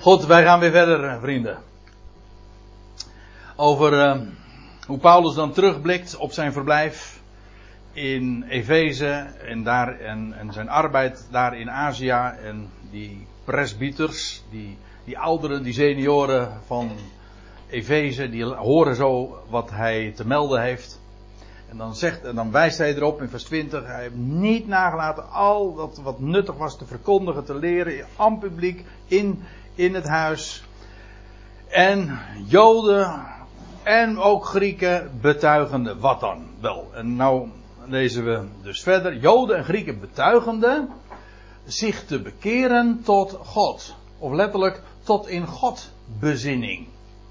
Goed, wij gaan weer verder, vrienden. Over hoe Paulus dan terugblikt op zijn verblijf in Efeze en zijn arbeid daar in Azië. En die presbyters, die ouderen, die senioren van Efeze, die horen zo wat hij te melden heeft. En dan wijst hij erop in vers 20. Hij heeft niet nagelaten al dat wat nuttig was te verkondigen, te leren aan publiek in het huis. En Joden en ook Grieken betuigende. Wat dan? Wel, en nou lezen we dus verder. Joden en Grieken betuigende zich te bekeren tot God. Of letterlijk tot in God bezinning.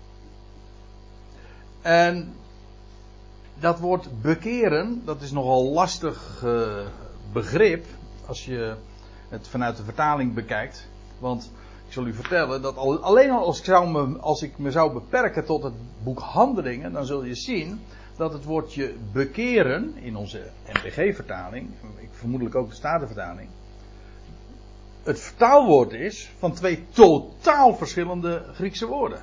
En dat woord bekeren, dat is nogal lastig begrip als je het vanuit de vertaling bekijkt. Want ik zal u vertellen dat alleen al als ik me zou beperken tot het boek Handelingen, dan zul je zien dat het woordje bekeren in onze NBG-vertaling, vermoedelijk ook de Statenvertaling, het vertaalwoord is van twee totaal verschillende Griekse woorden.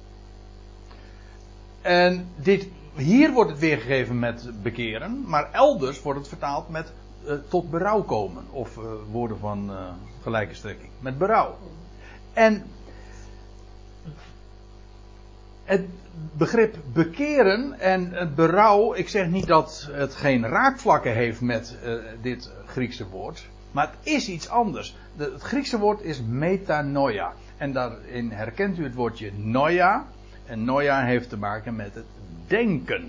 En hier wordt het weergegeven met bekeren, maar elders wordt het vertaald met tot berouw komen. Of woorden van gelijke strekking. Met berouw. En het begrip bekeren en het berouw, ik zeg niet dat het geen raakvlakken heeft met dit Griekse woord, maar het is iets anders. Het Griekse woord is metanoia. En daarin herkent u het woordje noia. En noia heeft te maken met het denken.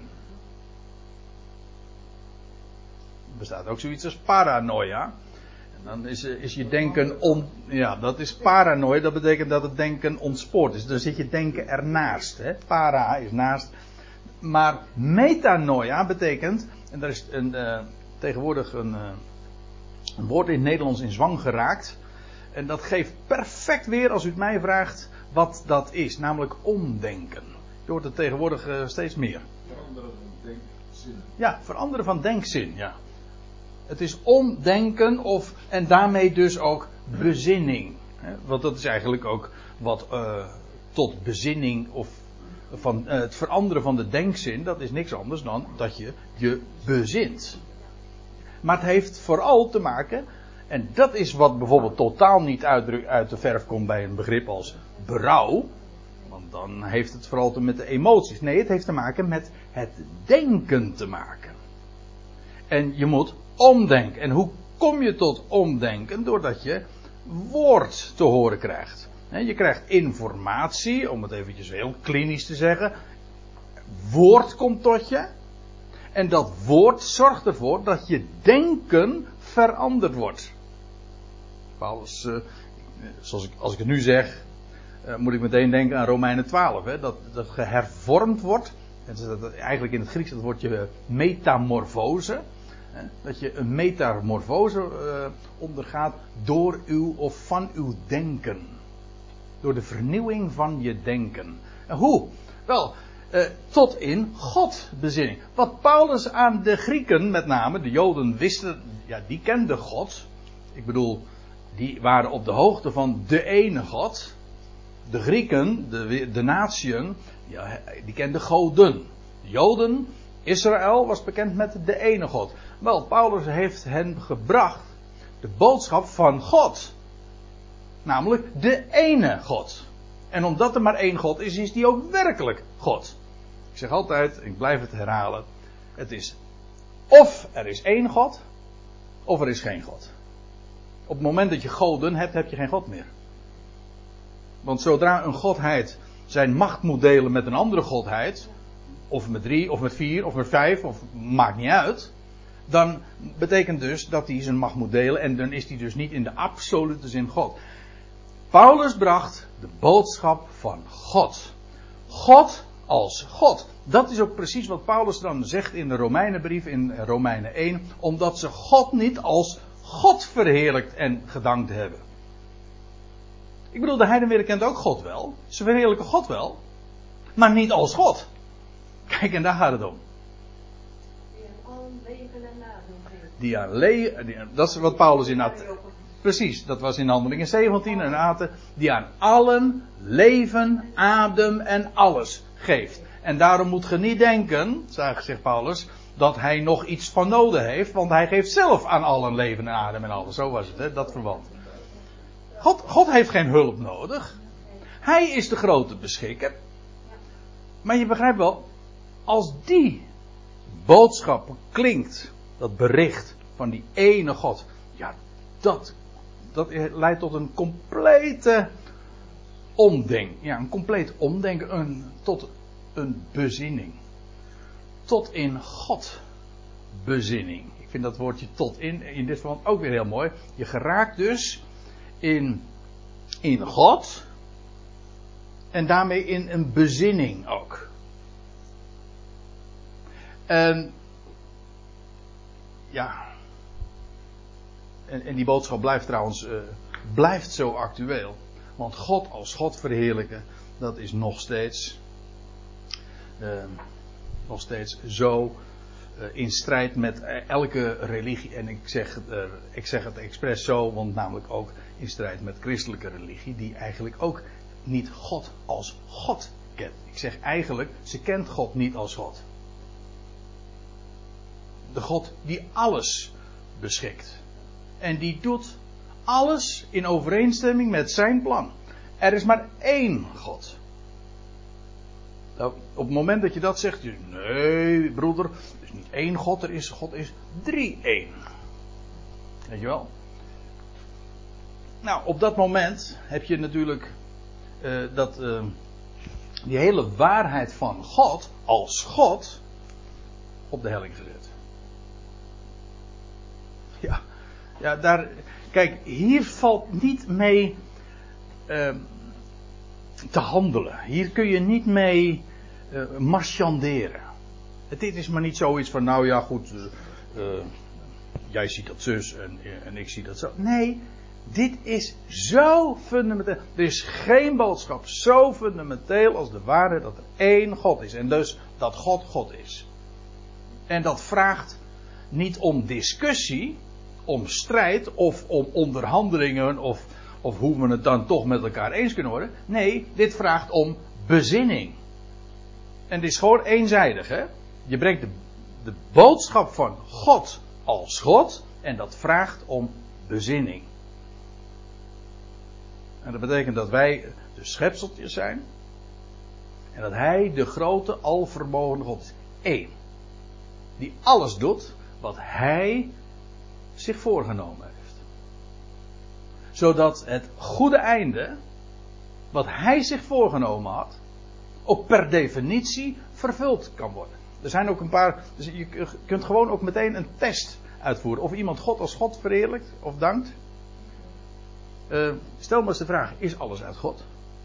Er bestaat ook zoiets als paranoia. En dan is je denken dat is paranoia. Dat betekent dat het denken ontspoord is. Dan zit je denken ernaast. Hè? Para is naast. Maar metanoia betekent, en daar is tegenwoordig een woord in het Nederlands in zwang geraakt. En dat geeft perfect weer, als u het mij vraagt, wat dat is. Namelijk omdenken. Je hoort het tegenwoordig steeds meer. Veranderen van denkzin. Ja, veranderen van denkzin, ja. Het is omdenken en daarmee dus ook bezinning. Want dat is eigenlijk ook wat tot bezinning of van het veranderen van de denkzin, dat is niks anders dan dat je bezint. Maar het heeft vooral te maken, en dat is wat bijvoorbeeld totaal niet uit de verf komt bij een begrip als berouw. Want dan heeft het vooral met de emoties. Nee, het heeft te maken met het denken te maken. En je moet omdenken. En hoe kom je tot omdenken? Doordat je woord te horen krijgt. Je krijgt informatie, om het eventjes heel klinisch te zeggen. Woord komt tot je. En dat woord zorgt ervoor dat je denken veranderd wordt. Paulus, als ik het nu zeg, moet ik meteen denken aan Romeinen 12. Hè, dat gehervormd wordt. Eigenlijk in het Grieks dat woordje metamorfose. Hè, dat je een metamorfose ondergaat door van uw denken. Door de vernieuwing van je denken. En hoe? Wel, tot in Godbezinning. Wat Paulus aan de Grieken, met name de Joden, wisten, ja, die kenden God. Ik bedoel, die waren op de hoogte van de ene God. De Grieken, de natieën, ja, die kenden goden. De Joden, Israël, was bekend met de ene God. Wel, Paulus heeft hen gebracht de boodschap van God. Namelijk de ene God. En omdat er maar één God is, is die ook werkelijk God. Ik zeg altijd, ik blijf het herhalen. Het is of er is één God, of er is geen God. Op het moment dat je goden hebt, heb je geen God meer. Want zodra een godheid zijn macht moet delen met een andere godheid, of met 3, of met 4, of met 5, of maakt niet uit, dan betekent dus dat hij zijn macht moet delen en dan is hij dus niet in de absolute zin God. Paulus bracht de boodschap van God. God als God. Dat is ook precies wat Paulus dan zegt in de Romeinenbrief in Romeinen 1, omdat ze God niet als God verheerlijkt en gedankt hebben. Ik bedoel, de heidenwereld kent ook God wel. Ze verheerlijken God wel. Maar niet als God. Kijk, en daar gaat het om. Die aan leven en nadoen geeft. Die aan leven, dat is wat Paulus in Precies, dat was in Handelingen 17 een aten die aan allen leven, adem en alles geeft. En daarom moet je niet denken, zegt Paulus, dat hij nog iets van nodig heeft, want hij geeft zelf aan allen leven en adem en alles. Zo was het, hè, dat verband. God heeft geen hulp nodig. Hij is de grote beschikker. Maar je begrijpt wel, als die boodschap klinkt, dat bericht van die ene God, ja, dat leidt tot een complete omdenken. Ja, een compleet omdenken, tot een bezinning. Tot in God bezinning. Ik vind dat woordje tot in dit verband ook weer heel mooi. Je geraakt dus in God en daarmee in een bezinning ook. En ja, en die boodschap blijft trouwens blijft zo actueel. Want God als God verheerlijken, dat is nog steeds zo in strijd met elke religie. En ik zeg het expres zo, want namelijk ook in strijd met christelijke religie, die eigenlijk ook niet God als God kent. Ik zeg eigenlijk, ze kent God niet als God. De God die alles beschikt. En die doet alles in overeenstemming met zijn plan. Er is maar één God. Nou, op het moment dat je dat zegt, nee broeder, er is niet één God, God is 3-1. Weet je wel? Nou, op dat moment heb je natuurlijk die hele waarheid van God als God op de helling gezet. Ja, daar, kijk, hier valt niet mee te handelen. Hier kun je niet mee marchanderen. Dit is maar niet zoiets van, nou ja goed, jij ziet dat zus en ik zie dat zo. Nee, dit is zo fundamenteel. Er is geen boodschap zo fundamenteel als de waarheid dat er één God is. En dus dat God God is. En dat vraagt niet om discussie, om strijd of om onderhandelingen of hoe we het dan toch met elkaar eens kunnen worden. Nee, dit vraagt om bezinning. En dit is gewoon eenzijdig, hè. Je brengt de boodschap van God als God en dat vraagt om bezinning. En dat betekent dat wij de schepseltjes zijn en dat Hij de grote alvermogende God is. Eén. Die alles doet wat Hij zich voorgenomen heeft. Zodat het goede einde, wat Hij zich voorgenomen had, ook per definitie vervuld kan worden. Er zijn ook een paar, dus je kunt gewoon ook meteen een test uitvoeren. Of iemand God als God verheerlijkt of dankt. Stel maar eens de vraag, is alles uit God?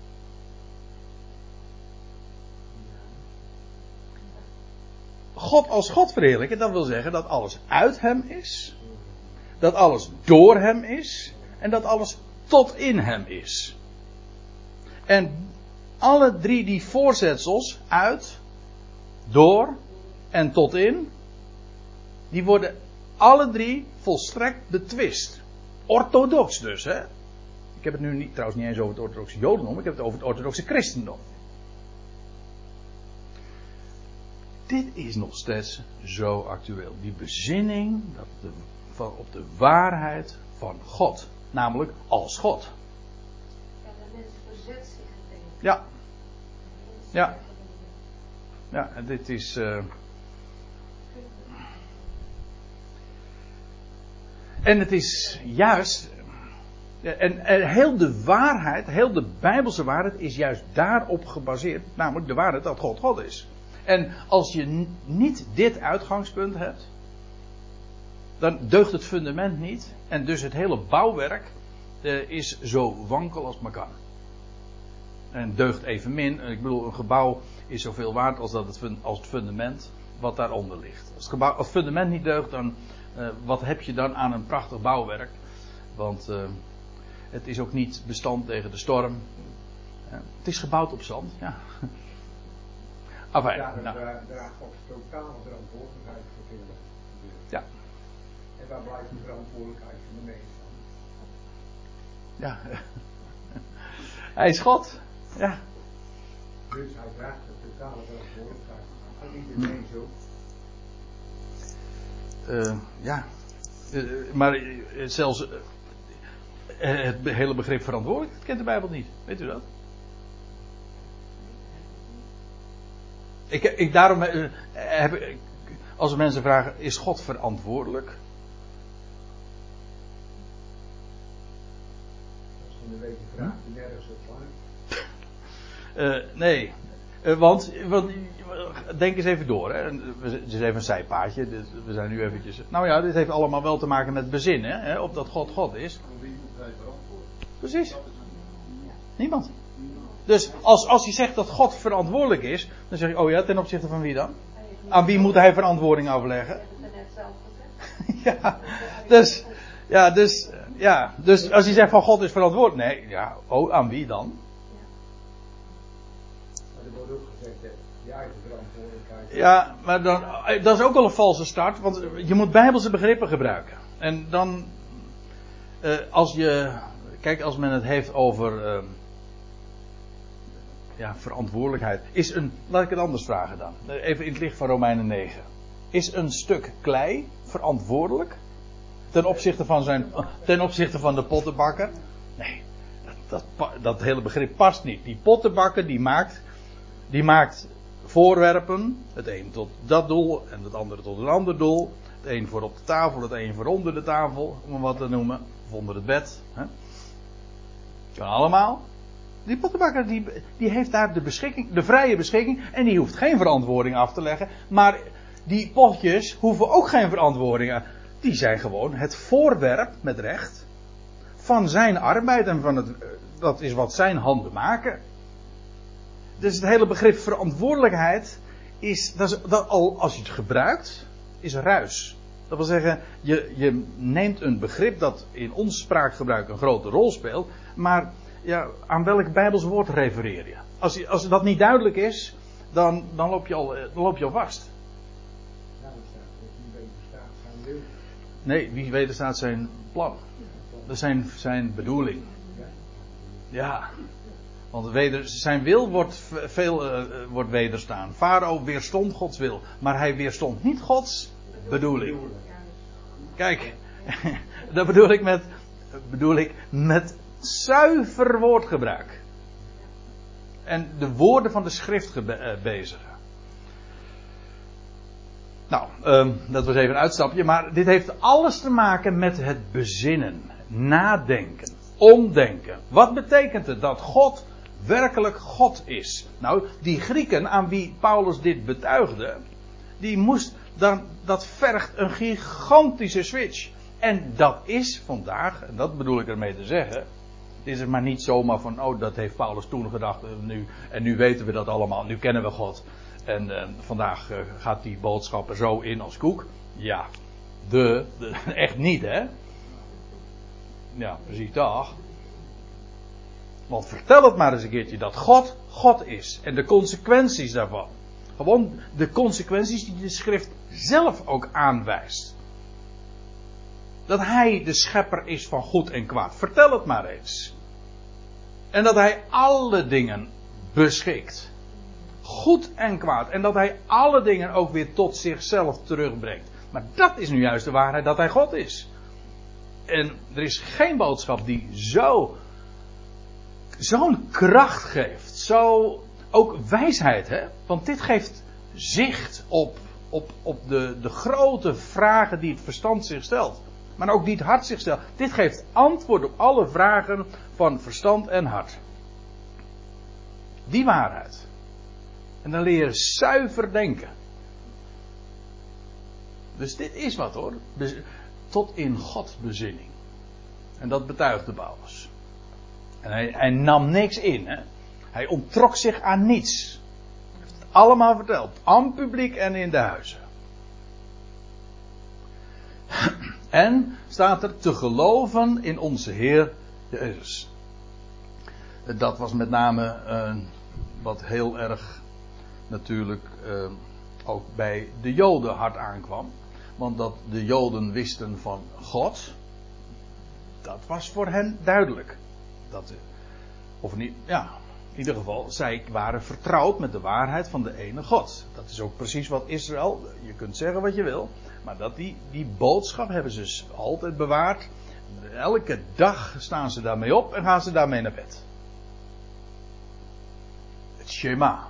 God als God verheerlijken, dat wil zeggen dat alles uit Hem is. Dat alles door Hem is. En dat alles tot in Hem is. En alle drie die voorzetsels, uit, door en tot in, die worden alle drie volstrekt betwist. Orthodox dus, hè. Ik heb het nu trouwens niet eens over het orthodoxe jodendom, ik heb het over het orthodoxe christendom. Dit is nog steeds zo actueel. Die bezinning op de waarheid van God. Namelijk als God. Ja, de mens verzet zich tegen. Ja. Ja. Ja, en dit is... En het is juist... En heel de waarheid, heel de Bijbelse waarheid is juist daarop gebaseerd. Namelijk de waarheid dat God God is. En als je niet dit uitgangspunt hebt, dan deugt het fundament niet. En dus het hele bouwwerk is zo wankel als het maar kan. En deugt evenmin. Ik bedoel, een gebouw is zoveel waard als het fundament wat daaronder ligt. Als het fundament niet deugt, dan wat heb je dan aan een prachtig bouwwerk? Want het is ook niet bestand tegen de storm. Het is gebouwd op zand, ja. Enfin, ja, daar draagt God totale verantwoordelijkheid voor kinderen. Ja. En waar blijft de verantwoordelijkheid van de mens dan? Ja. Hij is God. Ja. Dus hij draagt de totale verantwoordelijkheid. En iedereen zo. Ja. Maar zelfs het hele begrip verantwoordelijk, dat kent de Bijbel niet. Weet u dat? Daarom als mensen vragen, is God verantwoordelijk? Dat is dan een beetje vraag die nergens op slaat. Nee. Want denk eens even door. Hè. Het is even een zijpaadje. Dus we zijn nu eventjes. Nou ja, dit heeft allemaal wel te maken met bezinnen. Hè, op dat God God is. Wie moet hij verantwoorden? Precies. Niemand. Dus als je zegt dat God verantwoordelijk is, dan zeg je, oh ja, ten opzichte van wie dan? Aan wie moet hij verantwoording afleggen? Dat heb ik net zelf gezegd. Dus als je zegt van God is verantwoordelijk, nee, ja, aan wie dan? Maar er wordt ook gezegd, je eigen verantwoordelijkheid. Ja, maar dat is ook wel een valse start, want je moet bijbelse begrippen gebruiken. En dan, als men het heeft over verantwoordelijkheid, laat ik het anders vragen dan. Even in het licht van Romeinen 9. Is een stuk klei verantwoordelijk ten opzichte van de pottenbakker? Nee, dat hele begrip past niet. Die pottenbakker die maakt voorwerpen, het een tot dat doel en het andere tot een ander doel. Het een voor op de tafel, het een voor onder de tafel, om wat te noemen. Of onder het bed. Hè. Kan allemaal. Die pottenbakker die heeft daar de vrije beschikking en die hoeft geen verantwoording af te leggen. Maar die potjes hoeven ook geen verantwoording aan. Die zijn gewoon het voorwerp met recht van zijn arbeid en dat is wat zijn handen maken. Dus het hele begrip verantwoordelijkheid als je het gebruikt, is ruis. Dat wil zeggen, je neemt een begrip dat in ons spraakgebruik een grote rol speelt, maar ja, aan welk Bijbels woord refereer je? Als dat niet duidelijk is, dan loop je al vast. Nou, dan staat het wie wederstaat zijn wil. Nee, wie wederstaat zijn plan. Dat is zijn bedoeling. Ja. Want zijn wil wordt wederstaan. Farao weerstond Gods wil. Maar hij weerstond niet Gods bedoeling. Kijk, dat bedoel ik met zuiver woordgebruik. En de woorden van de schrift bezigen. Nou, dat was even een uitstapje. Maar dit heeft alles te maken met het bezinnen. Nadenken. Omdenken. Wat betekent het dat God werkelijk God is? Nou, die Grieken aan wie Paulus dit betuigde, dat vergt een gigantische switch. En dat is vandaag, en dat bedoel ik ermee te zeggen, het is maar niet zomaar van, dat heeft Paulus toen gedacht, en nu weten we dat allemaal, nu kennen we God. En vandaag gaat die boodschap er zo in als koek. Ja, echt niet, hè? Ja, precies toch. Want vertel het maar eens een keertje dat God God is. En de consequenties daarvan. Gewoon de consequenties die de schrift zelf ook aanwijst. Dat hij de schepper is van goed en kwaad. Vertel het maar eens. En dat hij alle dingen beschikt. Goed en kwaad. En dat hij alle dingen ook weer tot zichzelf terugbrengt. Maar dat is nu juist de waarheid, dat hij God is. En er is geen boodschap die zo'n kracht geeft. Zo ook wijsheid, hè? Want dit geeft zicht op de grote vragen die het verstand zich stelt. Maar ook die het hart zich stelt. Dit geeft antwoord op alle vragen van verstand en hart. Die waarheid. En dan leer je zuiver denken. Dus dit is wat hoor. Tot in God bezinning. En dat betuigde Paulus. En hij nam niks in. Hè? Hij onttrok zich aan niets. Hij heeft het allemaal verteld. Aan het publiek en in de huizen. En staat er te geloven in onze Heer Jezus. Dat was met name wat heel erg natuurlijk ook bij de Joden hard aankwam. Want dat de Joden wisten van God, dat was voor hen duidelijk. Of niet, ja, in ieder geval, zij waren vertrouwd met de waarheid van de ene God. Dat is ook precies wat Israël, je kunt zeggen wat je wil, maar die boodschap hebben ze dus altijd bewaard. Elke dag staan ze daarmee op en gaan ze daarmee naar bed. Het Shema.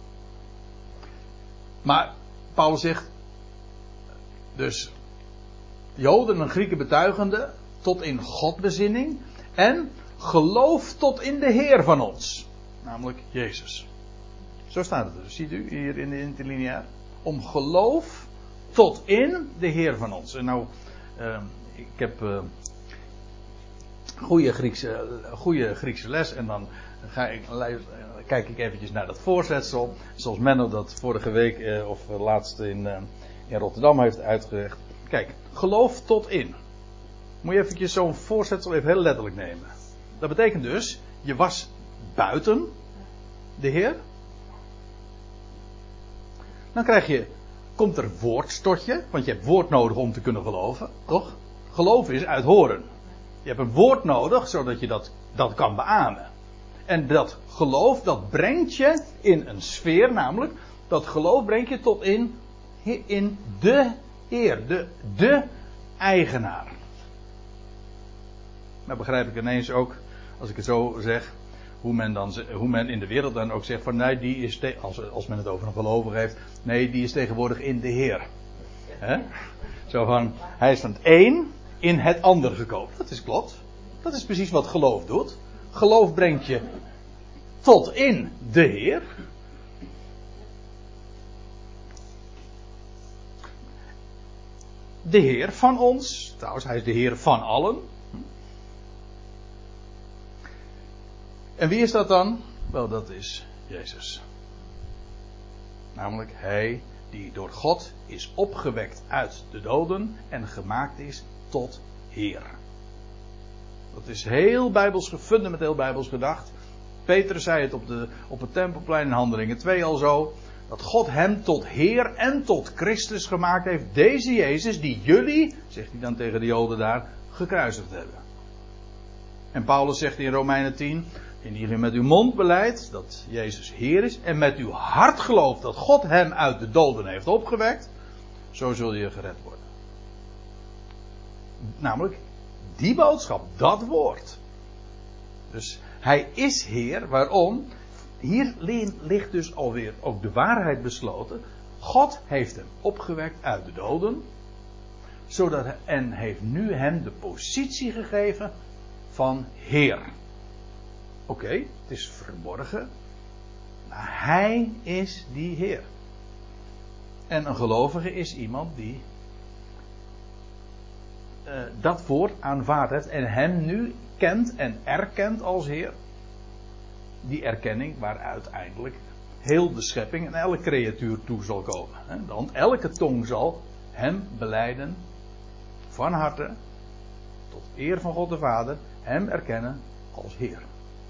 Maar Paulus zegt, dus Joden en Grieken betuigende tot in Godbezinning en geloof tot in de Heer van ons, namelijk Jezus. Zo staat het er, ziet u hier in de interlineair. Om geloof tot in de Heer van ons. En nou, ik heb goede Griekse les en dan kijk ik eventjes naar dat voorzetsel. Zoals Menno dat vorige week of laatst in Rotterdam heeft uitgelegd. Kijk, geloof tot in. Moet je eventjes zo'n voorzetsel even heel letterlijk nemen. Dat betekent dus, je was buiten de Heer. Dan komt er woord tot je, want je hebt woord nodig om te kunnen geloven, toch? Geloven is uit horen. Je hebt een woord nodig, zodat je dat kan beamen. En dat geloof, dat brengt je in een sfeer, namelijk, dat geloof brengt je tot in de Heer, de eigenaar. Nou begrijp ik ineens ook, als ik het zo zeg, hoe men in de wereld dan ook zegt van nee, die is als men het over een gelovige heeft, nee, die is tegenwoordig in de Heer. Zo van, hij is van het een in het ander gekomen. Dat is klopt. Dat is precies wat geloof doet. Geloof brengt je tot in de Heer. De Heer van ons. Trouwens, hij is de Heer van allen. En wie is dat dan? Wel, dat is Jezus. Namelijk hij die door God is opgewekt uit de doden en gemaakt is tot Heer. Dat is heel bijbels, fundamenteel bijbels gedacht. Petrus zei het op het Tempelplein in Handelingen 2 al zo. Dat God hem tot Heer en tot Christus gemaakt heeft. Deze Jezus die jullie, zegt hij dan tegen de Joden daar, gekruisigd hebben. En Paulus zegt in Romeinen 10. Indien je met uw mond belijdt dat Jezus Heer is. En met uw hart gelooft dat God hem uit de doden heeft opgewekt. Zo zul je gered worden. Namelijk die boodschap, dat woord. Dus hij is Heer. Waarom? Hier ligt dus alweer ook de waarheid besloten. God heeft hem opgewekt uit de doden. En heeft nu hem de positie gegeven van Heer. Oké, het is verborgen. Maar hij is die Heer. En een gelovige is iemand die dat woord aanvaard heeft en hem nu kent en erkent als Heer. Die erkenning waar uiteindelijk heel de schepping en elke creatuur toe zal komen. Want elke tong zal hem belijden van harte tot eer van God de Vader, hem erkennen als Heer.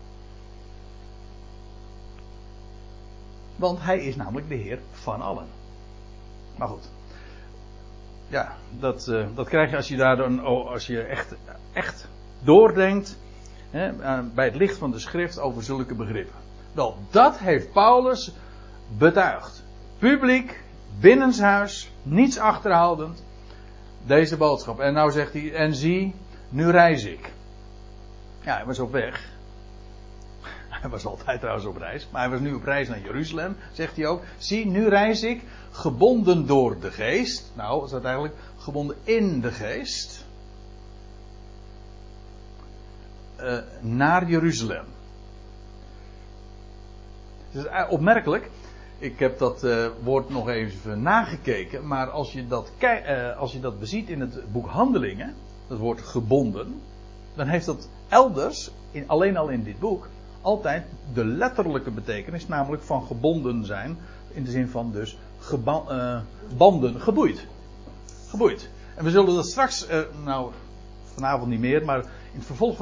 Want hij is namelijk de Heer van allen. Maar goed. Ja, dat krijg je als je daar dan, als je echt doordenkt, bij het licht van de schrift over zulke begrippen. Wel, dat heeft Paulus betuigd. Publiek, binnenshuis, niets achterhoudend. Deze boodschap. En nou zegt hij, en zie, nu reis ik. Ja, hij was op weg. Hij was altijd trouwens op reis. Maar hij was nu op reis naar Jeruzalem, zegt hij ook. Zie, nu reis ik, gebonden door de geest. Nou, is dat eigenlijk gebonden in de geest. Naar Jeruzalem. Het is opmerkelijk. Ik heb dat woord nog even nagekeken. Maar als je dat beziet in het boek Handelingen. Het woord gebonden. Dan heeft dat elders, alleen al in dit boek, altijd de letterlijke betekenis. Namelijk van gebonden zijn. In de zin van dus banden, geboeid. Geboeid. En we zullen dat straks, vanavond niet meer, maar in het vervolg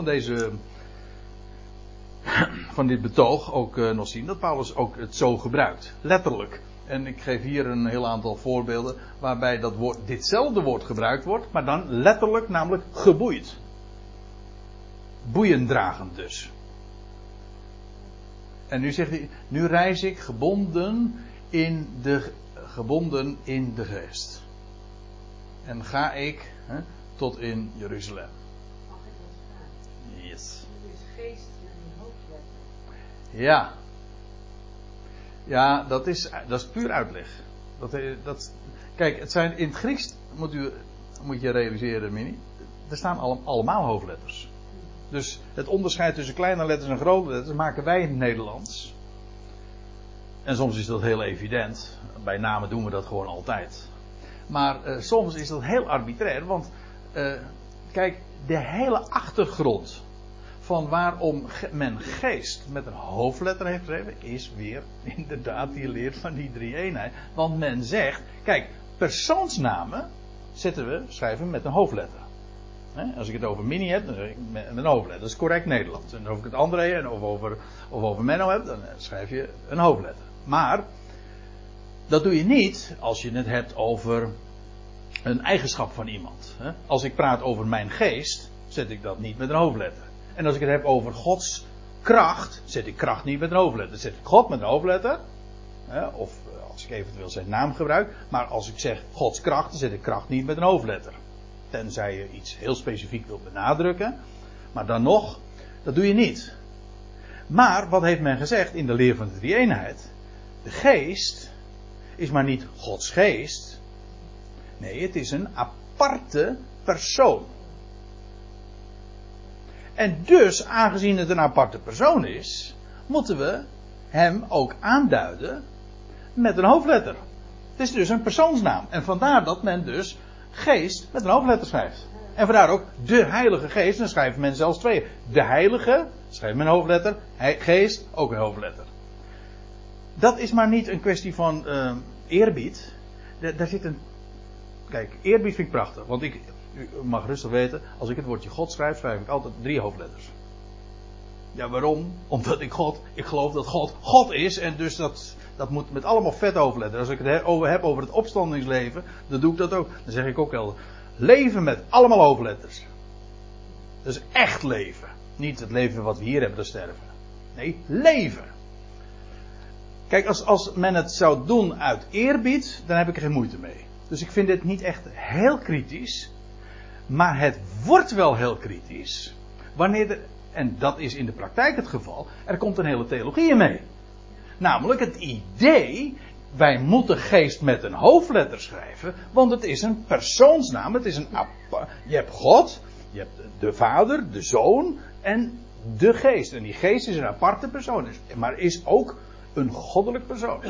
van dit betoog ook nog zien dat Paulus ook het zo gebruikt. Letterlijk. En ik geef hier een heel aantal voorbeelden waarbij ditzelfde woord gebruikt wordt, maar dan letterlijk, namelijk geboeid. Boeiendragend dus. En nu zegt hij, nu reis ik gebonden in de geest. En ga ik tot in Jeruzalem. Mag ik dat vragen? Yes. Nu is geest een hoofdletter. Ja. Ja, dat is puur uitleg. Kijk, het zijn in het Grieks, moet je realiseren, Mini. Er staan allemaal hoofdletters. Dus het onderscheid tussen kleine letters en grote letters maken wij in het Nederlands. En soms is dat heel evident. Bij namen doen we dat gewoon altijd. Maar soms is dat heel arbitrair. Want kijk, de hele achtergrond van waarom men geest met een hoofdletter heeft geschreven, is weer inderdaad die leer van die drie-eenheid. Want men zegt, kijk, persoonsnamen schrijven we met een hoofdletter. Als ik het over Mini heb, dan zeg ik met een hoofdletter. Dat is correct Nederlands. En of ik het André of over Menno heb, dan schrijf je een hoofdletter. Maar dat doe je niet als je het hebt over een eigenschap van iemand. Als ik praat over mijn geest, zet ik dat niet met een hoofdletter. En als ik het heb over Gods kracht, zet ik kracht niet met een hoofdletter. Dan zet ik God met een hoofdletter. Of als ik eventueel zijn naam gebruik. Maar als ik zeg Gods kracht, dan zet ik kracht niet met een hoofdletter. Tenzij je iets heel specifiek wilt benadrukken. Maar dan nog, dat doe je niet. Maar wat heeft men gezegd in de leer van de drie-eenheid? De geest is maar niet Gods geest. Nee, het is een aparte persoon. En dus, aangezien het een aparte persoon is, moeten we hem ook aanduiden met een hoofdletter. Het is dus een persoonsnaam. En vandaar dat men dus geest met een hoofdletter schrijft. En vandaar ook de Heilige Geest. Dan schrijft men zelfs twee. De Heilige, schrijft men een hoofdletter. Geest, ook een hoofdletter. Dat is maar niet een kwestie van eerbied. Daar zit een... Kijk, eerbied vind ik prachtig. Want u mag rustig weten, als ik het woordje God schrijf, schrijf ik altijd 3 hoofdletters. Ja, waarom? Omdat ik geloof dat God is. En dus dat moet met allemaal vet hoofdletters. Als ik het heb over het opstandingsleven, dan doe ik dat ook. Dan zeg ik ook wel, leven met allemaal hoofdletters. Dat is echt leven. Niet het leven wat we hier hebben, dat sterven. Nee, leven. Kijk, als men het zou doen uit eerbied, dan heb ik er geen moeite mee. Dus ik vind dit niet echt heel kritisch. Maar het wordt wel heel kritisch. Wanneer en dat is in de praktijk het geval, er komt een hele theologie in mee. Namelijk het idee, wij moeten geest met een hoofdletter schrijven, want het is een persoonsnaam. Het is je hebt God, je hebt de Vader, de Zoon en de Geest. En die Geest is een aparte persoon, maar is ook een goddelijk persoon.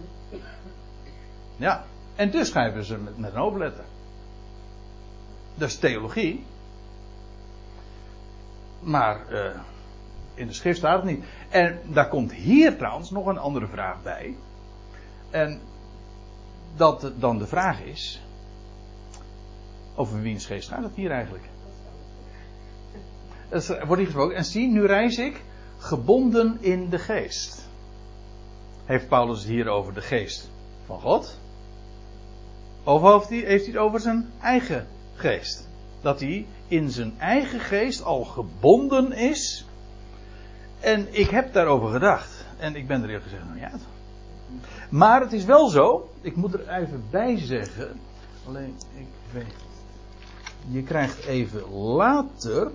Ja, en dus schrijven ze met een hoofdletter. Dat is theologie. Maar in de schrift staat het niet. En daar komt hier trouwens nog een andere vraag bij. En dat dan de vraag is, over wiens geest gaat het hier eigenlijk? Er wordt hier gesproken. En zie, nu reis ik gebonden in de geest. Heeft Paulus het hier over de geest van God? Of heeft hij het over zijn eigen geest? Dat hij in zijn eigen geest al gebonden is. En ik heb daarover gedacht. En ik ben er eerlijk gezegd, nou ja. Maar het is wel zo. Ik moet er even bij zeggen. Alleen, ik weet. Je krijgt even later.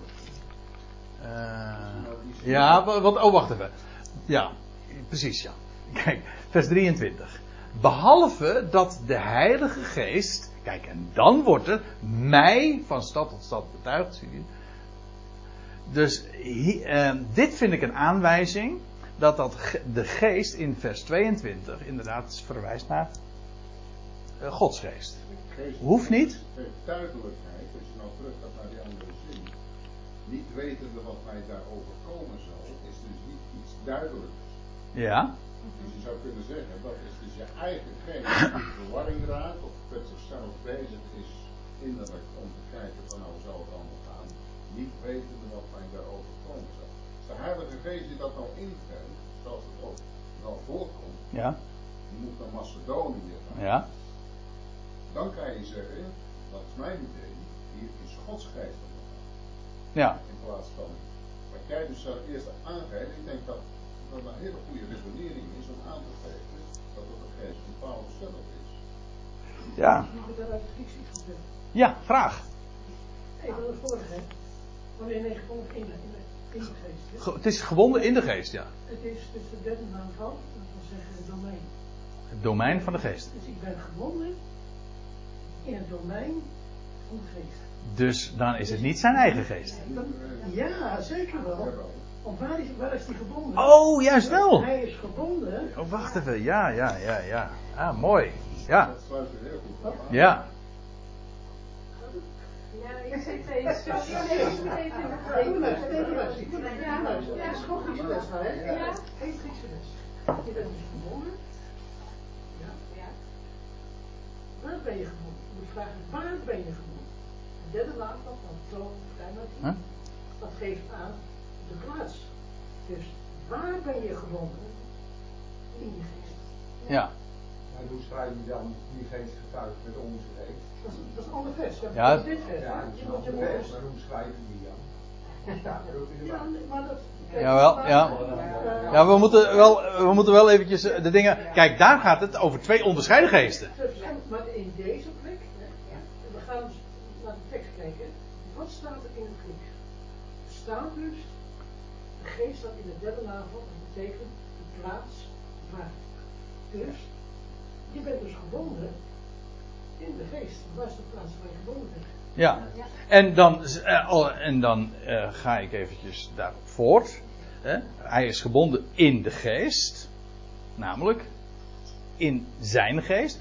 Ja, wacht even. Ja, precies ja. Kijk, vers 23. Behalve dat de Heilige Geest. Kijk, en dan wordt er mij van stad tot stad betuigd. Zie je? Dus dit vind ik een aanwijzing dat de geest in vers 22 inderdaad verwijst naar Gods geest. Hoeft niet. Duidelijkheid, als je nou terug gaat naar die andere zin. Niet wetende wat mij daar overkomen zal, is dus niet iets duidelijks. Ja. Dus je zou kunnen zeggen, dat is dus je eigen geest die verwarring raakt of met zichzelf bezig is innerlijk om te kijken van nou zou het allemaal gaan. Niet wetende wat mij daar overkomen zal. Als de Heilige Geest die dat nou inbrengt, zoals het ook wel voorkomt, Ja. die moet naar Macedonië gaan. Ja. Dan kan je zeggen, dat is mijn idee, hier is Gods geest op. Ja. In plaats van wat jij dus eerst aangeeft, ik denk dat dat een hele goede redenering is om aan te geven dat het de geest van Paulus zelf is. Ja. Mag ik daar uit het Grieks iets van zeggen? Ja, graag. Even aan het vorige, hè. Wanneer nee gevonden in de geest. Hè? Het is gewonden in de geest, ja. Het is dus de derde naam van, dat wil zeggen het domein. Het domein van de geest. Dus ik ben gewonnen in het domein van de geest. Dus dan is het niet zijn eigen geest. Ja, zeker wel. Want waar is die gebonden? Oh, juist wel. Hij is gebonden. Oh, wacht even. Ja. Ah, mooi. Ja. Dat sluit er heel goed op aan. Ja. Ja, ik zit even. Het is gewoon Griekse les, hè? Ja. Geen Griekse les. Je bent dus gebonden. Ja. Waar ben je gebonden? Je moet vragen, waar ben je gebonden? De derde laag van zo Huh? dat geeft aan de plaats. Dus waar ben je gebonden? In je geest. Ja. Maar hoe schrijf je dan die geest getuigt met onze geest? Dat is een ander vers. Ja. Dat is dit vers. Ja, dat is een ander vers, maar hoe schrijven die dan? Die staat er ook in de Ja, Bijbel. maar dat... Jawel, ja. Ja, we moeten wel eventjes de dingen... Kijk, daar gaat het over twee onderscheiden geesten. Maar in deze plek, we gaan dus naar de tekst kijken. Wat staat er in het Grieks? Er staat dus, de geest staat in de derde navel, dat betekent de plaats waar. Dus, je bent dus gebonden in de geest. Waar is de plaats waar je gebonden bent? Ja. En dan ga ik eventjes daarop voort. Hij is gebonden in de geest. Namelijk in zijn geest.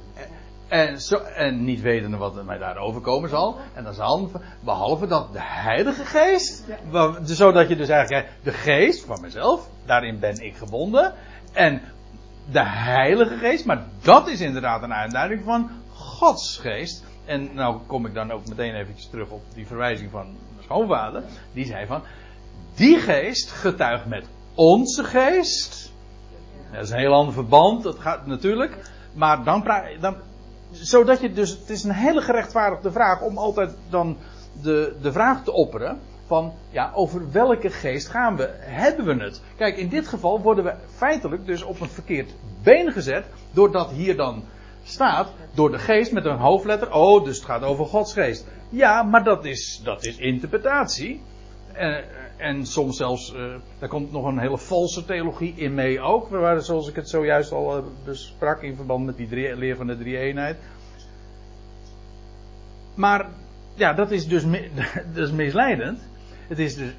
En niet wetende wat er mij daar overkomen zal. En dan zal, behalve dat de Heilige Geest. Zodat je dus eigenlijk de geest van mezelf. Daarin ben ik gebonden. En de Heilige Geest. Maar dat is inderdaad een uitduiding van Gods geest. En nou kom ik dan ook meteen eventjes terug op die verwijzing van de schoonvader. Die zei van, die geest getuigt met onze geest. Dat is een heel ander verband, dat gaat natuurlijk. Maar dan zodat je dus, het is een hele gerechtvaardigde vraag om altijd dan de vraag te opperen. Van, ja, over welke geest hebben we het? Kijk, in dit geval worden we feitelijk dus op een verkeerd been gezet. Doordat hier dan staat, door de geest met een hoofdletter. Oh, dus het gaat over Gods geest. Ja, maar dat is interpretatie. En soms zelfs, daar komt nog een hele valse theologie in mee ook. Zoals ik het zojuist al besprak in verband met die leer van de drie-eenheid. Maar, ja, dat is dus dat is misleidend. Het is dus,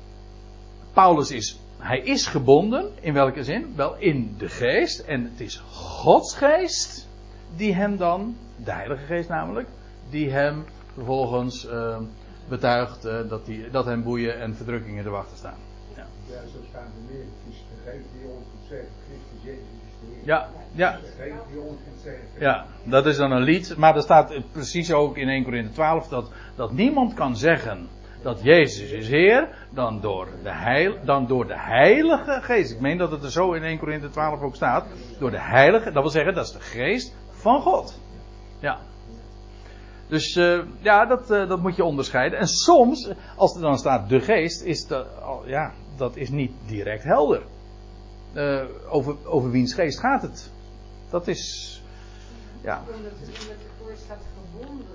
hij is gebonden, in welke zin? Wel in de geest. En het is Gods geest die hem dan, de Heilige Geest namelijk, die hem vervolgens betuigt dat hem boeien en verdrukkingen te wachten staan. Ja, Ja, zo staan er meer. Het is de geest die ons moet zeggen, Christus Jezus is de Heer. ja. De geest die ons moet zeggen. Ja, dat is dan een lied. Maar er staat precies ook in 1 Korinthe 12 dat niemand kan zeggen dat Jezus is Heer dan door de Heilige Geest. Ik meen dat het er zo in 1 Korinthe 12 ook staat. Door de Heilige, dat wil zeggen, dat is de Geest van God. Ja. Dus dat moet je onderscheiden. En soms, als er dan staat de Geest, is dat is niet direct helder. Over wiens geest gaat het? Dat is, ja. Omdat ervoor staat gebonden.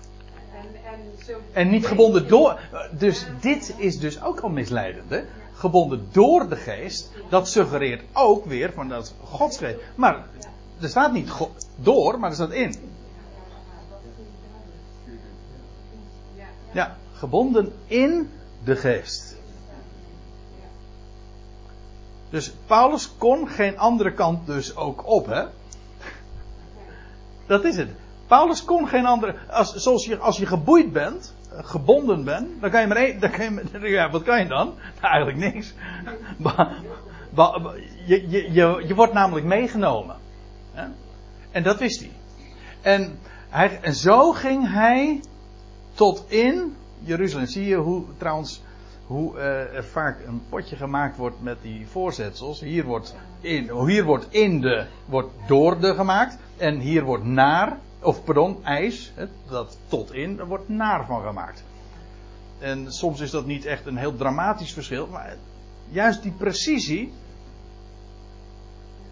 En niet gebonden door. Dus dit is dus ook al misleidend. Hè? Gebonden door de geest. Dat suggereert ook weer van dat Gods geest. Maar er staat niet door, maar er staat in. Ja, gebonden in de geest. Dus Paulus kon geen andere kant dus ook op, hè? Dat is het. Paulus kon geen andere. Als je geboeid bent, gebonden bent, dan kan je maar één. Ja, wat kan je dan? Nou, eigenlijk niks. Je wordt namelijk meegenomen. Hè? En dat wist hij. En zo ging hij tot in Jeruzalem. Zie je hoe er vaak een potje gemaakt wordt met die voorzetsels. Hier wordt door de gemaakt. En hier wordt ijs, dat tot in, er wordt naar van gemaakt. En soms is dat niet echt een heel dramatisch verschil. Maar juist die precisie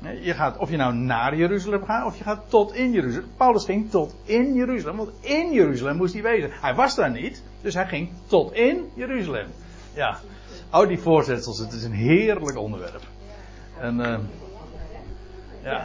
Je gaat, of je nou naar Jeruzalem gaat, of je gaat tot in Jeruzalem. Paulus ging tot in Jeruzalem, want in Jeruzalem moest hij wezen. Hij was daar niet, dus hij ging tot in Jeruzalem. Ja, die voorzetsels, het is een heerlijk onderwerp. En, ja.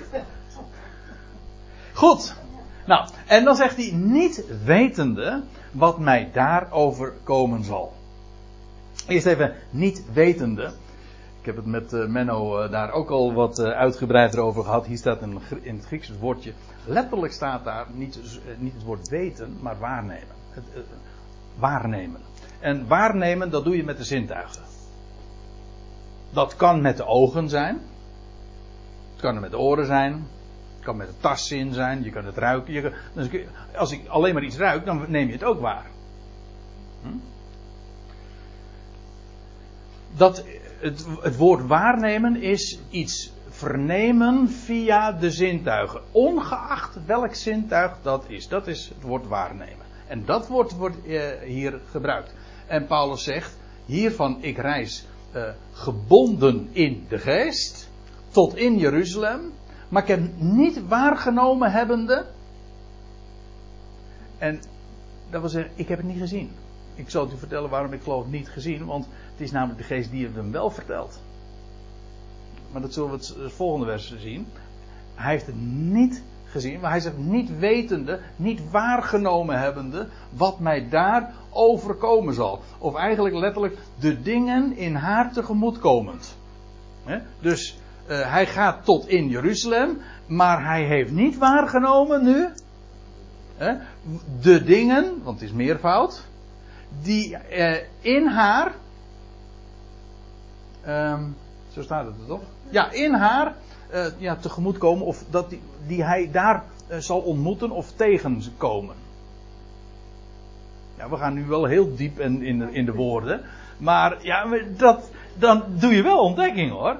Goed. Nou, en dan zegt hij, niet wetende wat mij daarover komen zal. Eerst even, niet wetende. Ik heb het met Menno daar ook al wat uitgebreider over gehad. Hier staat in het Grieks het woordje. Letterlijk staat daar niet het woord weten, maar waarnemen. Waarnemen. En waarnemen, dat doe je met de zintuigen. Dat kan met de ogen zijn. Het kan met de oren zijn. Het kan met de tastzin zijn. Je kan het ruiken. Als ik alleen maar iets ruik, dan neem je het ook waar. Het woord waarnemen is iets vernemen via de zintuigen. Ongeacht welk zintuig dat is. Dat is het woord waarnemen. En dat woord wordt hier gebruikt. En Paulus zegt hiervan, ik reis gebonden in de geest tot in Jeruzalem. Maar ik heb niet waargenomen hebbende. En dat wil zeggen, ik heb het niet gezien. Ik zal het u vertellen waarom ik geloof niet gezien. Want het is namelijk de geest die het hem wel vertelt. Maar dat zullen we het volgende vers zien. Hij heeft het niet gezien. Maar hij zegt niet wetende, niet waargenomen hebbende. Wat mij daar overkomen zal. Of eigenlijk letterlijk de dingen in haar tegemoetkomend. Dus hij gaat tot in Jeruzalem. Maar hij heeft niet waargenomen nu. De dingen, want het is meervoud. Die in haar. Zo staat het er toch? Ja, in haar tegemoet komen. Of dat die hij daar zal ontmoeten of tegenkomen. Ja, we gaan nu wel heel diep in de woorden. Maar ja, dan doe je wel ontdekking hoor.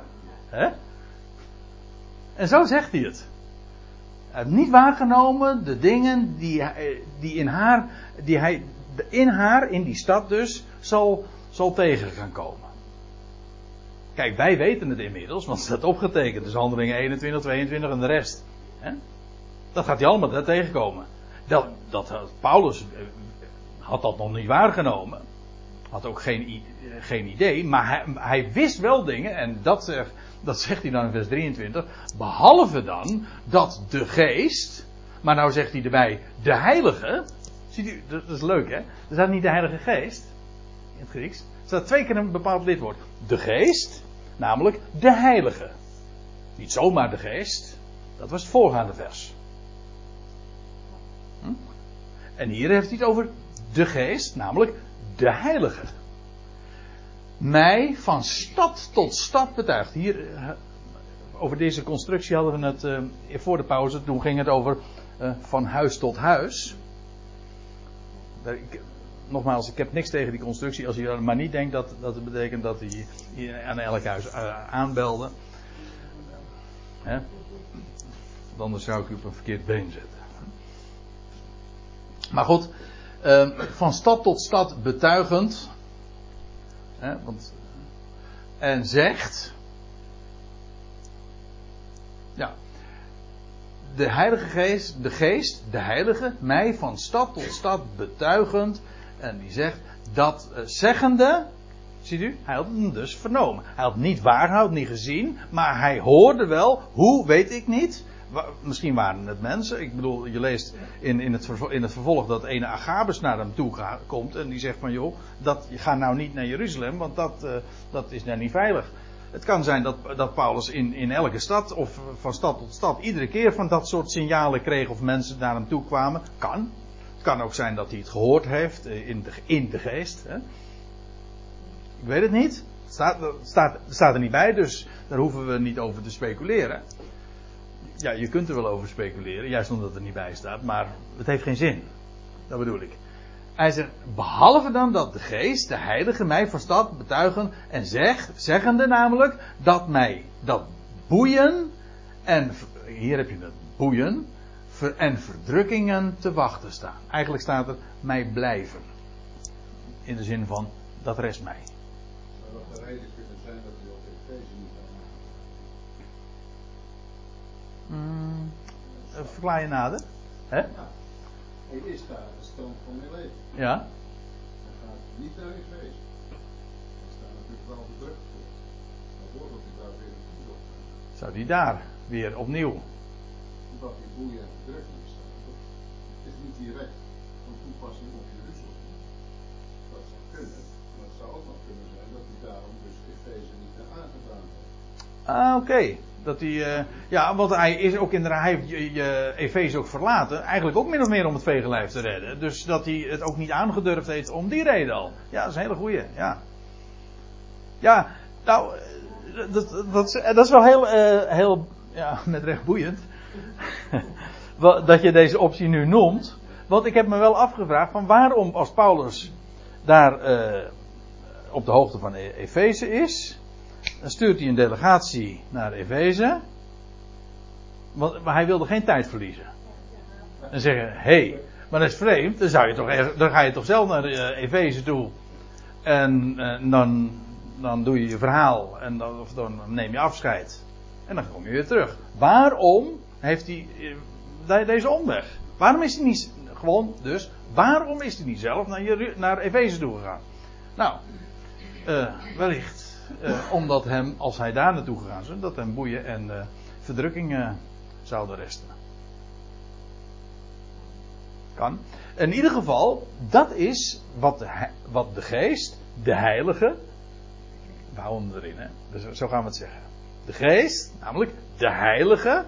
En zo zegt hij het. Hij heeft niet waargenomen de dingen die in haar, in die stad dus, zal tegen gaan komen. Kijk, wij weten het inmiddels, want het staat opgetekend. Dus Handelingen 21, 22 en de rest. Dat gaat hij allemaal daar tegenkomen. Paulus had dat nog niet waargenomen. Had ook geen idee. Maar hij wist wel dingen. En dat zegt hij dan in vers 23. Behalve dan dat de geest. Maar nou zegt hij erbij de heilige. Ziet u, dat is leuk hè. Er staat niet de heilige geest. In het Grieks. Er staat 2 keer een bepaald lidwoord. De geest. Namelijk de heilige. Niet zomaar de geest. Dat was het voorgaande vers. En hier heeft hij het over de geest. Namelijk de heilige. Mij van stad tot stad betuigt. Hier, over deze constructie hadden we het voor de pauze. Toen ging het over van huis tot huis. Nogmaals, ik heb niks tegen die constructie. Als je maar niet denkt dat het betekent dat hij hier aan elk huis aanbelde. Anders zou ik u op een verkeerd been zetten. Maar goed, van stad tot stad betuigend. En zegt. Ja. De Heilige Geest, de Heilige, mij van stad tot stad betuigend. En die zegt, dat zeggende, ziet u, hij had hem dus vernomen. Hij had niet waargehouden, niet gezien, maar hij hoorde wel, hoe weet ik niet. Misschien waren het mensen. Ik bedoel, je leest in het vervolg dat ene Agabus naar hem toe komt. En die zegt van, joh, ga nou niet naar Jeruzalem, want dat is nou niet veilig. Het kan zijn dat Paulus in elke stad of van stad tot stad iedere keer van dat soort signalen kreeg of mensen naar hem toe kwamen. Kan. Het kan ook zijn dat hij het gehoord heeft in de geest. Hè. Ik weet het niet. Staat er niet bij, dus daar hoeven we niet over te speculeren. Ja, je kunt er wel over speculeren, juist omdat het er niet bij staat, maar het heeft geen zin. Dat bedoel ik. Hij zegt, behalve dan dat de geest, de heilige, mij van stad betuigen en zeggende namelijk, dat boeien, en hier heb je het, boeien, en verdrukkingen te wachten staan. Eigenlijk staat er, mij blijven. In de zin van, dat rest mij. Zou dat de reden kunnen zijn dat hij op Efeze niet verklaar je nader. Hè? Ja. Hij is daar de stand van mijn leven. Ja. Hij gaat niet naar Efeze. Hij staat natuurlijk wel bedrukt voor. Maar voordat hij daar weer naartoe wil gaan, Zou die daar weer opnieuw. omdat die boeien en verdrukking staan, dat is niet direct van toepassing op Jeruzalem. Dat zou kunnen. Maar het zou ook nog kunnen zijn dat hij daarom dus Efeze niet meer aangedaan heeft. Ah, oké. Dat hij, ja, want hij is ook inderdaad, hij heeft Efeze ook verlaten. Eigenlijk ook min of meer om het vegenlijf te redden. Dus dat hij het ook niet aangedurfd heeft om die reden al. Ja, dat is een hele goeie. Ja. Ja, nou, dat is wel heel, ja, met recht boeiend. Dat je deze optie nu noemt. Want ik heb me wel afgevraagd van waarom als Paulus daar op de hoogte van Efeze is. Dan stuurt hij een delegatie naar Efeze. Maar hij wilde geen tijd verliezen. En zeggen, hé, maar dat is vreemd. Dan ga je toch zelf naar Efeze toe. En dan doe je je verhaal. En dan neem je afscheid. En dan kom je weer terug. Waarom heeft hij deze omweg? Waarom is hij niet gewoon dus? Waarom is hij niet zelf naar Efeze toe gegaan? Nou, wellicht. Omdat hem, als hij daar naartoe gegaan is, dat hem boeien en verdrukkingen zouden resten. Kan. In ieder geval, dat is wat de geest, de heilige, we houden hem erin, hè? Dus zo gaan we het zeggen. De geest, namelijk de heilige,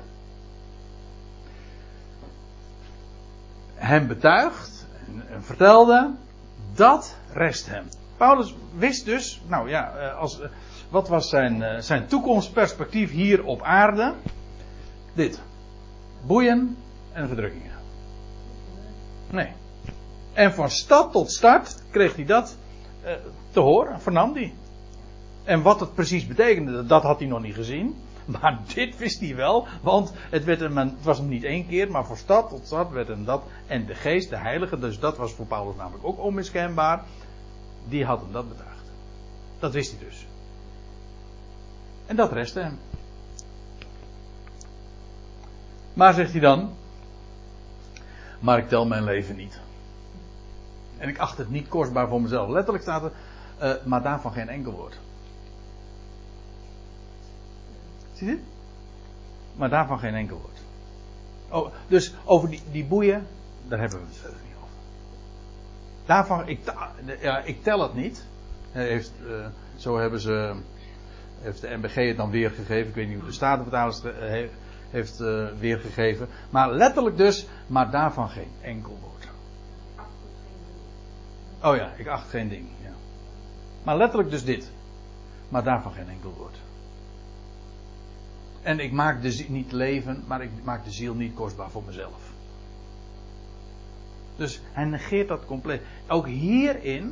hem betuigt en vertelde, dat rest hem. Paulus wist dus, nou ja, wat was zijn toekomstperspectief hier op aarde? Dit. Boeien en verdrukkingen. Nee. En van stad tot start kreeg hij dat te horen, vernam hij. En wat het precies betekende, dat had hij nog niet gezien. Maar dit wist hij wel, want het was hem niet één keer, maar van stad tot stad werd hem dat. En de geest, de heilige, dus dat was voor Paulus namelijk ook onmiskenbaar. Die had hem dat betuigd. Dat wist hij dus. En dat restte hem. Maar zegt hij dan, maar ik tel mijn leven niet. En ik acht het niet kostbaar voor mezelf. Letterlijk staat er, maar daarvan geen enkel woord. Zie je dit? Maar daarvan geen enkel woord. Oh, dus over die boeien, daar hebben we het verder niet over. Daarvan, ik tel het niet. Zo heeft de MBG het dan weergegeven. Ik weet niet hoe de Statenvertalers het heeft weergegeven. Maar letterlijk dus, maar daarvan geen enkel woord. Oh ja, ik acht geen ding. Ja. Maar letterlijk dus dit. Maar daarvan geen enkel woord. En ik maak niet leven, maar ik maak de ziel niet kostbaar voor mezelf. Dus hij negeert dat compleet. Ook hierin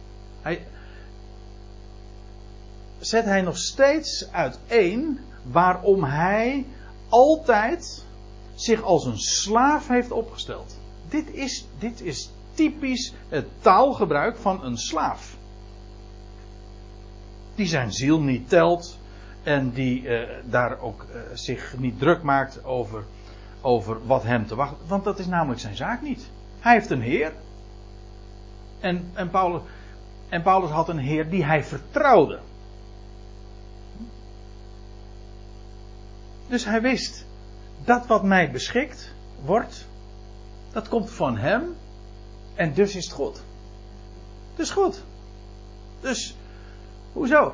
zet hij nog steeds uiteen waarom hij altijd zich als een slaaf heeft opgesteld. Dit is typisch het taalgebruik van een slaaf. Die zijn ziel niet telt en die daar ook zich niet druk maakt over wat hem te wachten. Want dat is namelijk zijn zaak niet. Hij heeft een Heer. En Paulus had een Heer die hij vertrouwde. Dus hij wist, dat wat mij beschikt wordt, dat komt van hem. En dus is het goed. Dus goed. Dus, hoezo?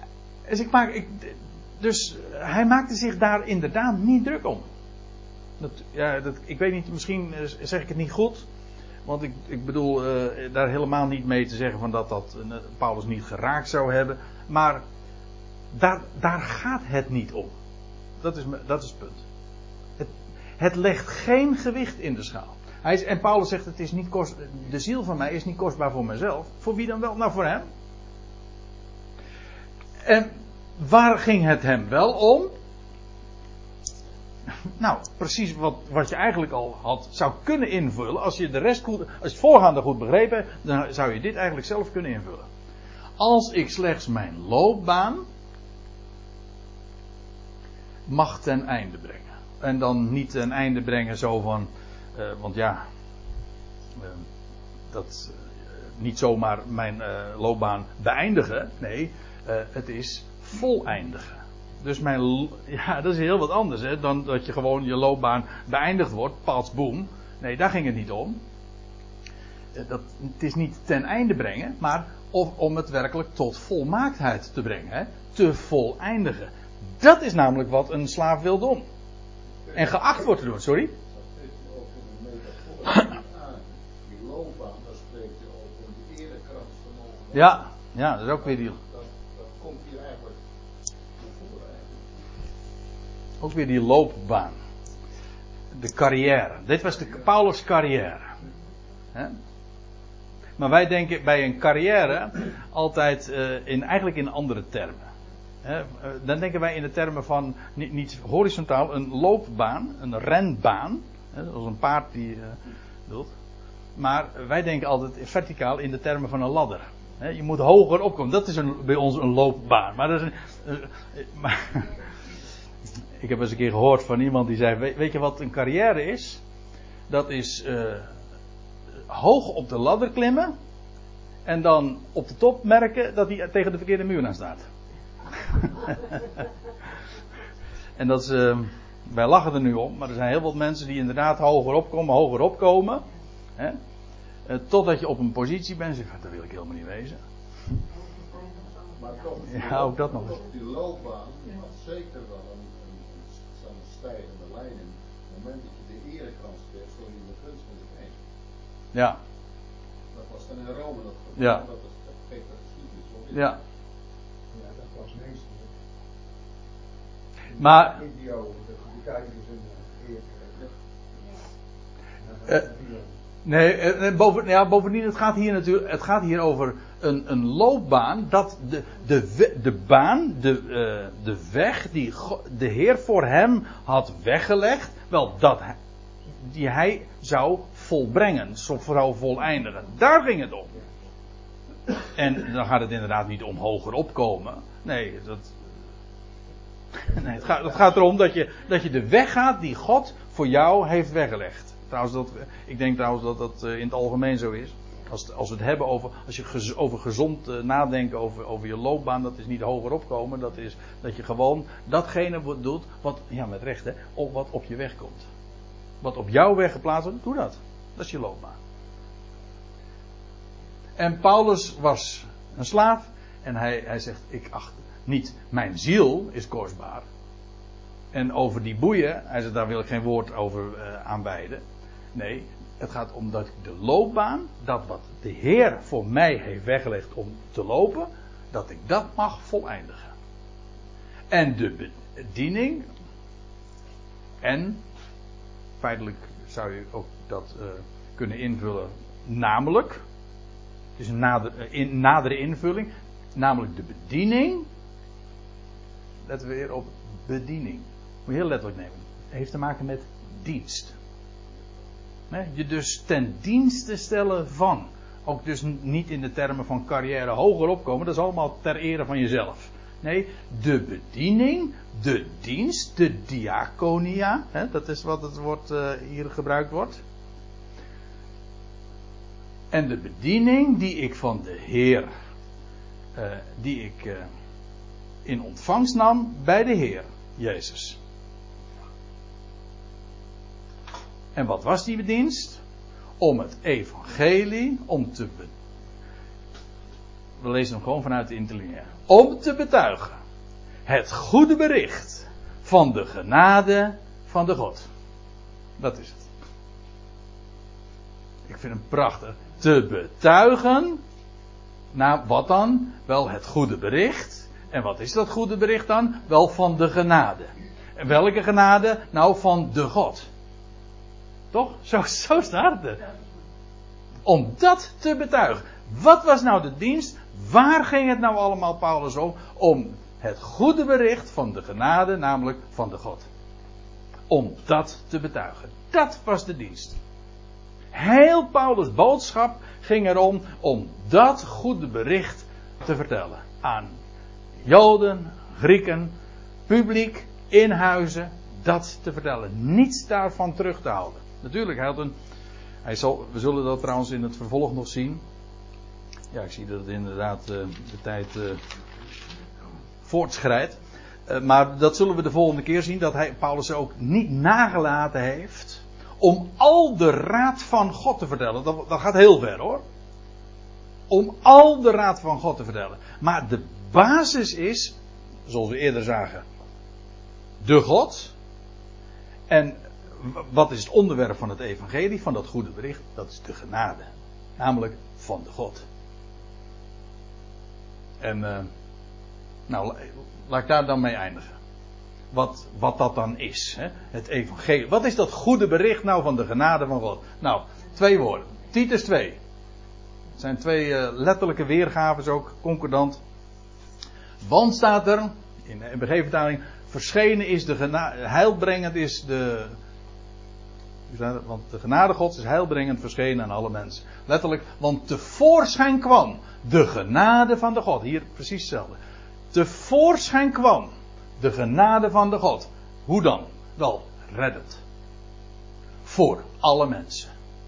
Dus hij maakte zich daar inderdaad niet druk om. Ik weet niet, misschien zeg ik het niet goed. Want ik bedoel daar helemaal niet mee te zeggen van dat Paulus niet geraakt zou hebben. Maar daar gaat het niet om. Dat is het punt. Het legt geen gewicht in de schaal. En Paulus zegt, het is niet de ziel van mij is niet kostbaar voor mezelf. Voor wie dan wel? Nou, voor hem. En waar ging het hem wel om? Nou, precies wat je eigenlijk al zou kunnen invullen. Als je het voorgaande goed begrepen hebt, dan zou je dit eigenlijk zelf kunnen invullen. Als ik slechts mijn loopbaan mag ten einde brengen. En dan niet een einde brengen zo van, want ja, niet zomaar mijn loopbaan beëindigen. Nee, het is voleindigen. Dus dat is heel wat anders hè, dan dat je gewoon je loopbaan beëindigd wordt, pats boem. Nee, daar ging het niet om. Het is niet ten einde brengen, maar om het werkelijk tot volmaaktheid te brengen. Hè, te voleindigen. Dat is namelijk wat een slaaf wil doen. En geacht wordt te doen, sorry. Dat spreekt je over een metafoor aan. Die loopbaan, daar spreekt je over de erekransvermogen. Ja, dat is ook weer die. Dat komt hier eigenlijk voor eigenlijk. Ook weer die loopbaan. De carrière. Dit was de Paulus' carrière. Hè? Maar wij denken bij een carrière altijd eigenlijk in andere termen. Dan denken wij in de termen van niet horizontaal, een loopbaan, een renbaan. Zoals een paard die doet. Maar wij denken altijd verticaal in de termen van een ladder. Je moet hoger opkomen. Dat is bij ons een loopbaan. Maar dat is ik heb eens een keer gehoord van iemand die zei, weet je wat een carrière is? Dat is hoog op de ladder klimmen. En dan op de top merken dat hij tegen de verkeerde muur aan staat. En dat is, wij lachen er nu om, maar er zijn heel veel mensen die inderdaad hoger opkomen. Hè? Totdat je op een positie bent en zegt, dat wil ik helemaal niet wezen. Maar toch, ja, ook dat nog eens. Die loopbaan had zeker wel zo'n stijgende lijn. En op het moment dat je de erekrans kreeg, stond je in de gunst van de knecht. Ja. Dat was dan in Rome dat geval. Ja. Dat geeft de geschiedenis wel weer. Ja. Ja, dat was meestal. Maar Video, de kijkers in de bovendien, het gaat hier over een loopbaan, dat de baan, de weg die de Heer voor hem had weggelegd, wel die hij zou volbrengen, zou voleindigen. Daar ging het om. En dan gaat het inderdaad niet om hoger opkomen. Nee, het gaat erom dat je de weg gaat die God voor jou heeft weggelegd. Ik denk trouwens dat dat in het algemeen zo is. Als we het hebben als je over gezond nadenken over je loopbaan, dat is niet hoger opkomen. Dat is dat je gewoon datgene doet wat, ja met recht hè, wat op je weg komt. Wat op jouw weg geplaatst wordt, doe dat. Dat is je loopbaan. En Paulus was een slaaf. En hij zegt, ik acht niet, mijn ziel is kostbaar. En over die boeien, hij zegt, daar wil ik geen woord over aanwijden. Nee, het gaat om dat de loopbaan, dat wat de Heer voor mij heeft weggelegd om te lopen, dat ik dat mag voleindigen. En de bediening, en feitelijk zou je ook dat kunnen invullen, namelijk, het is een nadere invulling, namelijk de bediening. Letten we weer op bediening. Moet je heel letterlijk nemen. Het heeft te maken met dienst. Je dus ten dienste stellen van. Ook dus niet in de termen van carrière hoger opkomen. Dat is allemaal ter ere van jezelf. Nee, de bediening, de dienst, de diaconia. Dat is wat het woord hier gebruikt wordt. En de bediening die ik van de Heer, die ik in ontvangst nam bij de Heer, Jezus. En wat was die dienst? Om het evangelie, we lezen hem gewoon vanuit de interlineair. Om te betuigen het goede bericht van de genade van de God. Dat is het. Ik vind hem prachtig. Te betuigen. Nou, wat dan? Wel het goede bericht. En wat is dat goede bericht dan? Wel van de genade. En welke genade? Nou, van de God. Toch? Zo staat het. Om dat te betuigen. Wat was nou de dienst? Waar ging het nou allemaal, Paulus, om? Om het goede bericht van de genade, namelijk van de God. Om dat te betuigen. Dat was de dienst. Heel Paulus' boodschap ging erom om dat goede bericht te vertellen. Aan Joden, Grieken, publiek, in huizen, dat te vertellen. Niets daarvan terug te houden. Natuurlijk, we zullen dat trouwens in het vervolg nog zien. Ja, ik zie dat het inderdaad de tijd voortschrijdt. Maar dat zullen we de volgende keer zien. Dat Paulus ook niet nagelaten heeft om al de raad van God te vertellen. Dat gaat heel ver hoor. Om al de raad van God te vertellen. Maar de basis is, zoals we eerder zagen, de God. En wat is het onderwerp van het evangelie, van dat goede bericht? Dat is de genade. Namelijk van de God. En laat ik daar dan mee eindigen. Wat dat dan is. Hè? Het evangelie. Wat is dat goede bericht nou van de genade van God? Nou, 2 woorden. Titus 2. Het zijn 2 letterlijke weergaves ook, concordant. Want staat er, in de NBG-vertaling, verschenen is de genade, heilbrengend is de... Want de genade Gods is heilbrengend verschenen aan alle mensen. Letterlijk, want tevoorschijn kwam de genade van de God. Hier precies hetzelfde. Tevoorschijn kwam de genade van de God. Hoe dan? Wel, reddend. Voor alle mensen.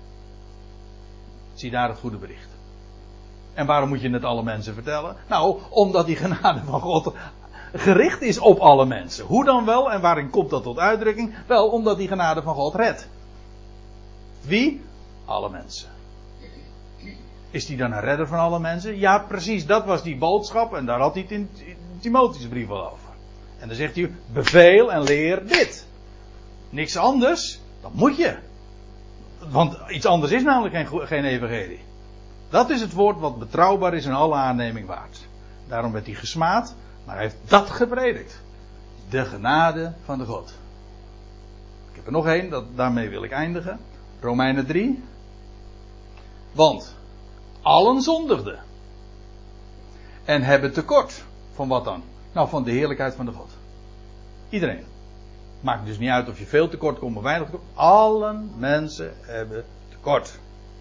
Zie daar het goede bericht. En waarom moet je het alle mensen vertellen? Nou, omdat die genade van God gericht is op alle mensen. Hoe dan wel? En waarin komt dat tot uitdrukking? Wel, omdat die genade van God redt. Wie? Alle mensen. Is die dan een redder van alle mensen? Ja, precies, dat was die boodschap. En daar had hij het in Timotheus' brief al over. En dan zegt hij, beveel en leer dit. Niks anders, dan moet je. Want iets anders is namelijk geen evangelie. Dat is het woord wat betrouwbaar is en alle aanneming waard. Daarom werd hij gesmaad, maar hij heeft dat gepredikt. De genade van de God. Ik heb er nog één, daarmee wil ik eindigen. Romeinen 3. Want allen zondigden. En hebben tekort. Van wat dan? Nou, van de heerlijkheid van de God. Iedereen. Maakt dus niet uit of je veel tekort komt of weinig tekort. Allen mensen hebben tekort.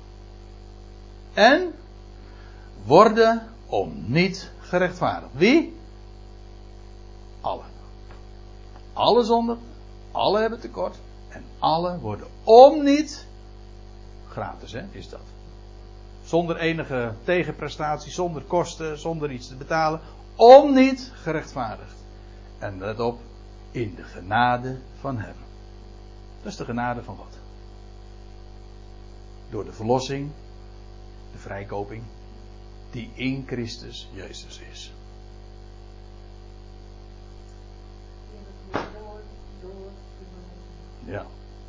En worden om niet gerechtvaardigd. Wie? Allen. Alle zondigen. Alle hebben tekort. En alle worden om niet gratis, hè, is dat. Zonder enige tegenprestatie, zonder kosten, zonder iets te betalen. Om niet gerechtvaardigd. En let op, in de genade van hem. Dat is de genade van God. Door de verlossing, de vrijkoping, die in Christus Jezus is. Ja.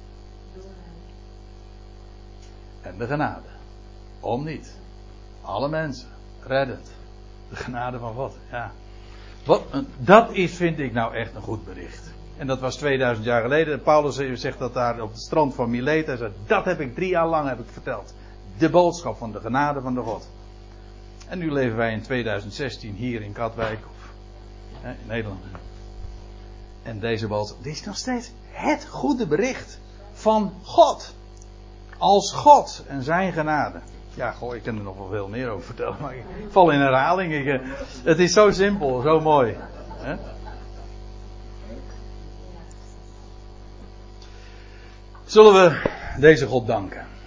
En de genade. Om niet. Alle mensen. Reddend. De genade van God. Ja. Dat is, vind ik nou echt een goed bericht. En dat was 2000 jaar geleden. Paulus zegt dat daar op het strand van Mileet. Hij zei, dat heb ik 3 jaar lang verteld. De boodschap van de genade van de God. En nu leven wij in 2016 hier in Katwijk. Of in Nederland. En deze boodschap, dit is nog steeds het goede bericht van God. Als God en zijn genade. Ja, goh, ik kan er nog wel veel meer over vertellen. Maar ik val in herhaling. Het is zo simpel, zo mooi. Hè? Zullen we deze God danken.